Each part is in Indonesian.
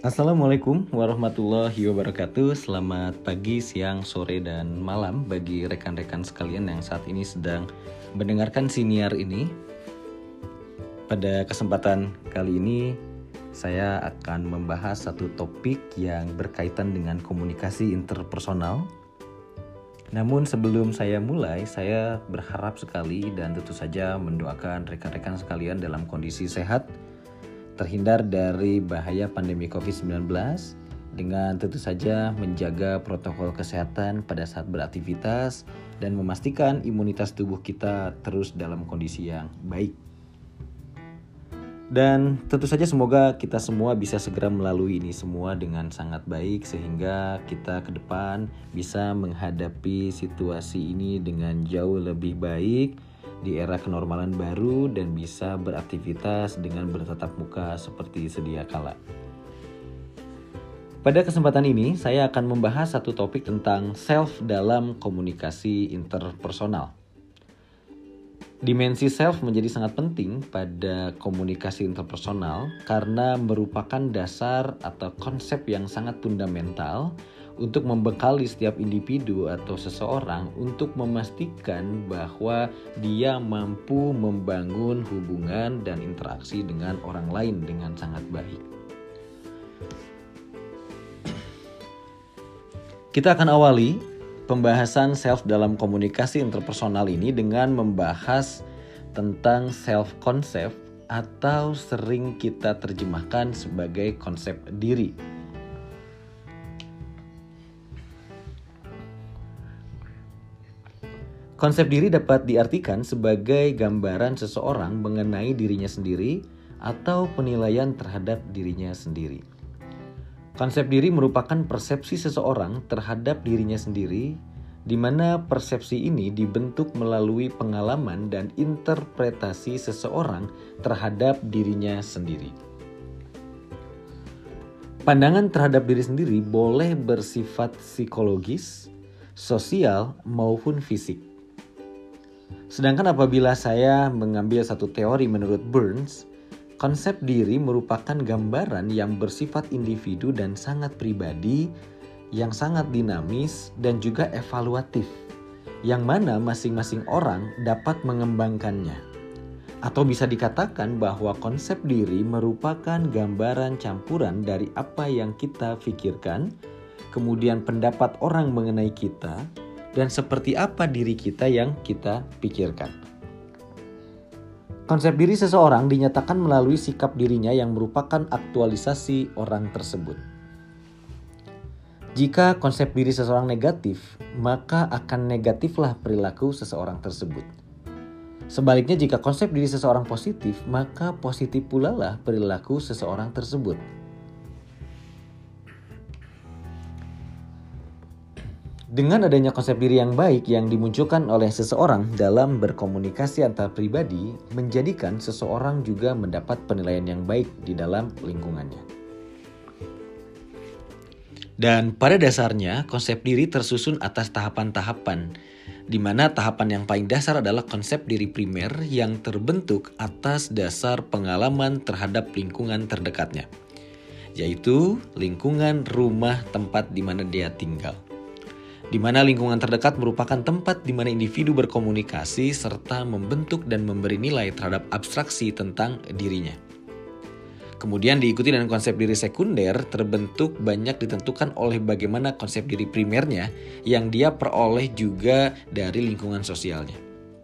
Assalamualaikum warahmatullahi wabarakatuh. Selamat pagi, siang, sore, dan malam bagi rekan-rekan sekalian yang saat ini sedang mendengarkan siniar ini. Pada kesempatan kali ini saya akan membahas satu topik yang berkaitan dengan komunikasi interpersonal. Namun sebelum saya mulai, saya berharap sekali dan tentu saja mendoakan rekan-rekan sekalian dalam kondisi sehat, terhindar dari bahaya pandemi COVID-19 dengan tentu saja menjaga protokol kesehatan pada saat beraktivitas dan memastikan imunitas tubuh kita terus dalam kondisi yang baik. Dan tentu saja semoga kita semua bisa segera melalui ini semua dengan sangat baik sehingga kita ke depan bisa menghadapi situasi ini dengan jauh lebih baik di era kenormalan baru dan bisa beraktivitas dengan bertatap muka seperti sedia kala. Pada kesempatan ini saya akan membahas satu topik tentang self dalam komunikasi interpersonal. Dimensi self menjadi sangat penting pada komunikasi interpersonal karena merupakan dasar atau konsep yang sangat fundamental untuk membekali setiap individu atau seseorang untuk memastikan bahwa dia mampu membangun hubungan dan interaksi dengan orang lain dengan sangat baik. Kita akan awali pembahasan self dalam komunikasi interpersonal ini dengan membahas tentang self concept atau sering kita terjemahkan sebagai konsep diri. Konsep diri dapat diartikan sebagai gambaran seseorang mengenai dirinya sendiri atau penilaian terhadap dirinya sendiri. Konsep diri merupakan persepsi seseorang terhadap dirinya sendiri, di mana persepsi ini dibentuk melalui pengalaman dan interpretasi seseorang terhadap dirinya sendiri. Pandangan terhadap diri sendiri boleh bersifat psikologis, sosial, maupun fisik. Sedangkan apabila saya mengambil satu teori menurut Burns, konsep diri merupakan gambaran yang bersifat individu dan sangat pribadi, yang sangat dinamis dan juga evaluatif, yang mana masing-masing orang dapat mengembangkannya. Atau bisa dikatakan bahwa konsep diri merupakan gambaran campuran dari apa yang kita pikirkan, kemudian pendapat orang mengenai kita, dan seperti apa diri kita yang kita pikirkan. Konsep diri seseorang dinyatakan melalui sikap dirinya yang merupakan aktualisasi orang tersebut. Jika konsep diri seseorang negatif, maka akan negatiflah perilaku seseorang tersebut. Sebaliknya, jika konsep diri seseorang positif, maka positif pula lah perilaku seseorang tersebut. Dengan adanya konsep diri yang baik yang dimunculkan oleh seseorang dalam berkomunikasi antar pribadi, menjadikan seseorang juga mendapat penilaian yang baik di dalam lingkungannya. Dan pada dasarnya, konsep diri tersusun atas tahapan-tahapan, di mana tahapan yang paling dasar adalah konsep diri primer yang terbentuk atas dasar pengalaman terhadap lingkungan terdekatnya, yaitu lingkungan rumah tempat di mana dia tinggal. Di mana lingkungan terdekat merupakan tempat di mana individu berkomunikasi serta membentuk dan memberi nilai terhadap abstraksi tentang dirinya. Kemudian diikuti dengan konsep diri sekunder terbentuk banyak ditentukan oleh bagaimana konsep diri primernya yang dia peroleh juga dari lingkungan sosialnya.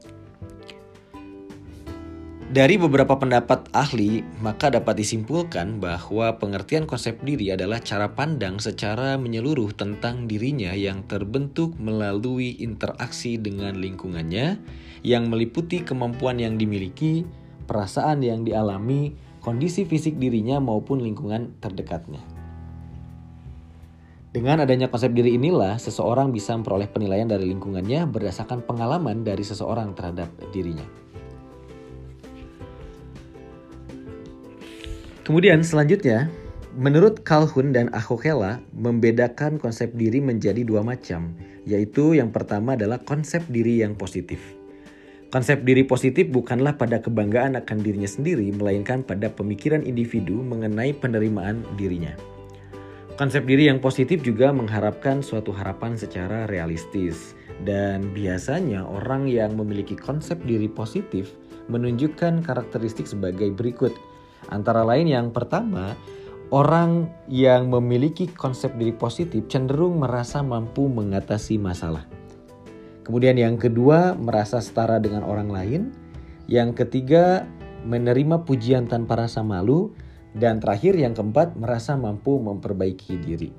Dari beberapa pendapat ahli, maka dapat disimpulkan bahwa pengertian konsep diri adalah cara pandang secara menyeluruh tentang dirinya yang terbentuk melalui interaksi dengan lingkungannya, yang meliputi kemampuan yang dimiliki, perasaan yang dialami, kondisi fisik dirinya maupun lingkungan terdekatnya. Dengan adanya konsep diri inilah, seseorang bisa memperoleh penilaian dari lingkungannya berdasarkan pengalaman dari seseorang terhadap dirinya. Kemudian selanjutnya, menurut Calhoun dan Ahohela membedakan konsep diri menjadi dua macam, yaitu yang pertama adalah konsep diri yang positif. Konsep diri positif bukanlah pada kebanggaan akan dirinya sendiri, melainkan pada pemikiran individu mengenai penerimaan dirinya. Konsep diri yang positif juga mengharapkan suatu harapan secara realistis. Dan biasanya orang yang memiliki konsep diri positif menunjukkan karakteristik sebagai berikut. Antara lain yang pertama, orang yang memiliki konsep diri positif cenderung merasa mampu mengatasi masalah. Kemudian yang kedua, merasa setara dengan orang lain. Yang ketiga, menerima pujian tanpa rasa malu. Dan terakhir yang keempat, merasa mampu memperbaiki diri.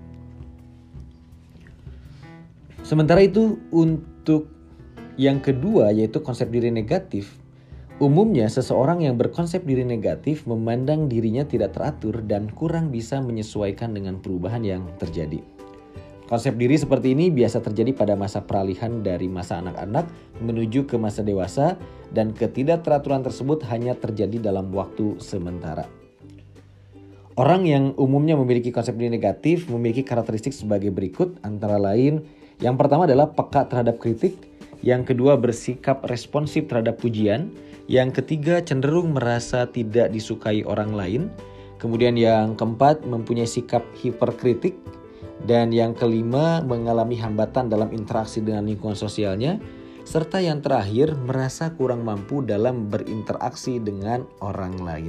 Sementara itu untuk yang kedua yaitu konsep diri negatif, umumnya seseorang yang berkonsep diri negatif memandang dirinya tidak teratur dan kurang bisa menyesuaikan dengan perubahan yang terjadi. Konsep diri seperti ini biasa terjadi pada masa peralihan dari masa anak-anak menuju ke masa dewasa, dan ketidakteraturan tersebut hanya terjadi dalam waktu sementara. Orang yang umumnya memiliki konsep diri negatif memiliki karakteristik sebagai berikut, antara lain yang pertama adalah peka terhadap kritik, yang kedua bersikap responsif terhadap pujian, yang ketiga cenderung merasa tidak disukai orang lain, kemudian yang keempat mempunyai sikap hiperkritik, dan yang kelima mengalami hambatan dalam interaksi dengan lingkungan sosialnya, serta yang terakhir merasa kurang mampu dalam berinteraksi dengan orang lain.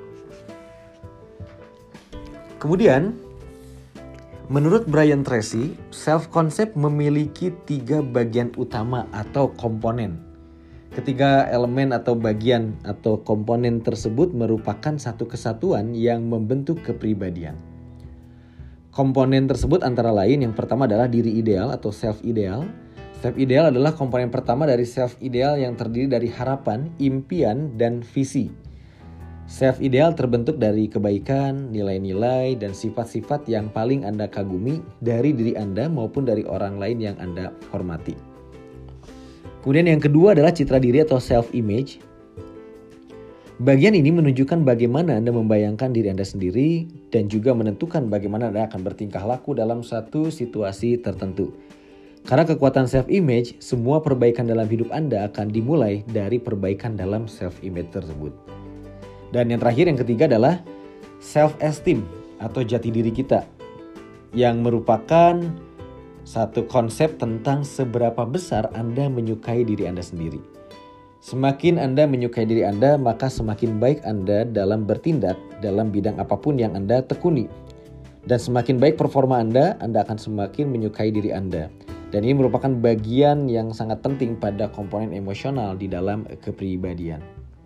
Kemudian, menurut Brian Tracy, self-concept memiliki 3 bagian utama atau komponen. Ketiga elemen atau bagian atau komponen tersebut merupakan satu kesatuan yang membentuk kepribadian. Komponen tersebut antara lain yang pertama adalah diri ideal atau self-ideal. Self-ideal adalah komponen pertama dari self-ideal yang terdiri dari harapan, impian, dan visi. Self-ideal terbentuk dari kebaikan, nilai-nilai, dan sifat-sifat yang paling Anda kagumi dari diri Anda maupun dari orang lain yang Anda hormati. Kemudian yang kedua adalah citra diri atau self-image. Bagian ini menunjukkan bagaimana Anda membayangkan diri Anda sendiri dan juga menentukan bagaimana Anda akan bertingkah laku dalam satu situasi tertentu. Karena kekuatan self-image, semua perbaikan dalam hidup Anda akan dimulai dari perbaikan dalam self-image tersebut. Dan yang terakhir, yang ketiga adalah self-esteem atau jati diri kita, yang merupakan satu konsep tentang seberapa besar Anda menyukai diri Anda sendiri. Semakin Anda menyukai diri Anda, maka semakin baik Anda dalam bertindak dalam bidang apapun yang Anda tekuni. Dan semakin baik performa Anda akan semakin menyukai diri Anda. Dan ini merupakan bagian yang sangat penting pada komponen emosional di dalam kepribadian.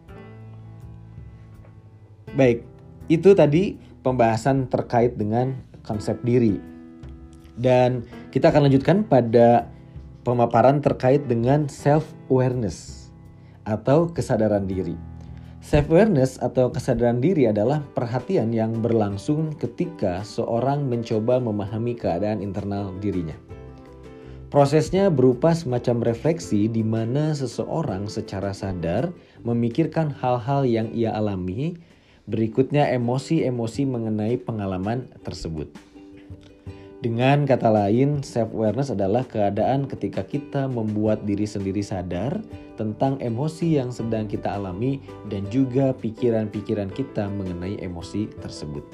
Baik, itu tadi pembahasan terkait dengan konsep diri. Dan kita akan lanjutkan pada pemaparan terkait dengan self-awareness atau kesadaran diri. Self-awareness atau kesadaran diri adalah perhatian yang berlangsung ketika seorang mencoba memahami keadaan internal dirinya. Prosesnya berupa semacam refleksi di mana seseorang secara sadar memikirkan hal-hal yang ia alami. Berikutnya emosi-emosi mengenai pengalaman tersebut. Dengan kata lain, self-awareness adalah keadaan ketika kita membuat diri sendiri sadar tentang emosi yang sedang kita alami dan juga pikiran-pikiran kita mengenai emosi tersebut.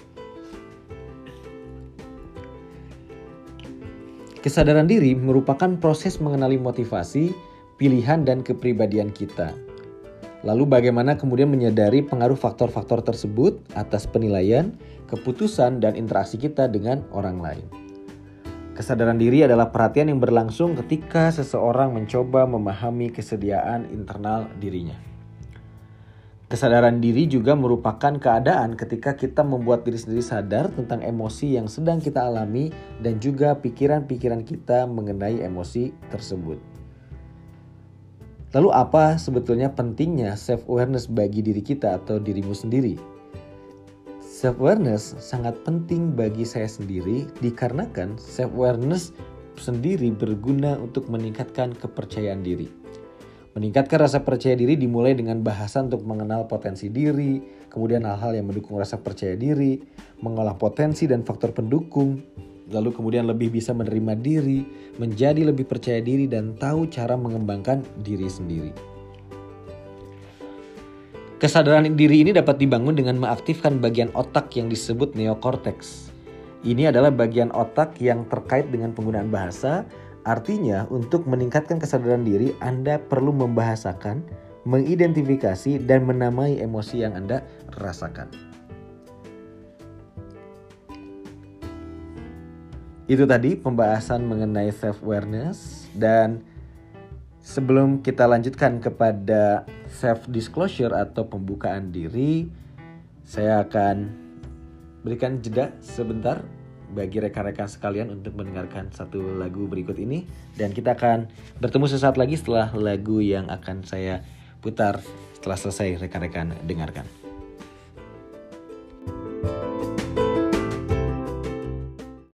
Kesadaran diri merupakan proses mengenali motivasi, pilihan, dan kepribadian kita. Lalu bagaimana kemudian menyadari pengaruh faktor-faktor tersebut atas penilaian, keputusan, dan interaksi kita dengan orang lain. Kesadaran diri adalah perhatian yang berlangsung ketika seseorang mencoba memahami kesediaan internal dirinya. Kesadaran diri juga merupakan keadaan ketika kita membuat diri sendiri sadar tentang emosi yang sedang kita alami dan juga pikiran-pikiran kita mengenai emosi tersebut. Lalu apa sebetulnya pentingnya self-awareness bagi diri kita atau dirimu sendiri? Self-awareness sangat penting bagi saya sendiri dikarenakan self-awareness sendiri berguna untuk meningkatkan kepercayaan diri. Meningkatkan rasa percaya diri dimulai dengan bahasan untuk mengenal potensi diri, kemudian hal-hal yang mendukung rasa percaya diri, mengolah potensi dan faktor pendukung, lalu kemudian lebih bisa menerima diri, menjadi lebih percaya diri, dan tahu cara mengembangkan diri sendiri. Kesadaran diri ini dapat dibangun dengan mengaktifkan bagian otak yang disebut neokortex. Ini adalah bagian otak yang terkait dengan penggunaan bahasa. Artinya, untuk meningkatkan kesadaran diri, Anda perlu membahasakan, mengidentifikasi, dan menamai emosi yang Anda rasakan. Itu tadi pembahasan mengenai self-awareness, dan sebelum kita lanjutkan kepada self-disclosure atau pembukaan diri, saya akan berikan jeda sebentar bagi rekan-rekan sekalian untuk mendengarkan satu lagu berikut ini. Dan kita akan bertemu sesaat lagi setelah lagu yang akan saya putar setelah selesai rekan-rekan dengarkan.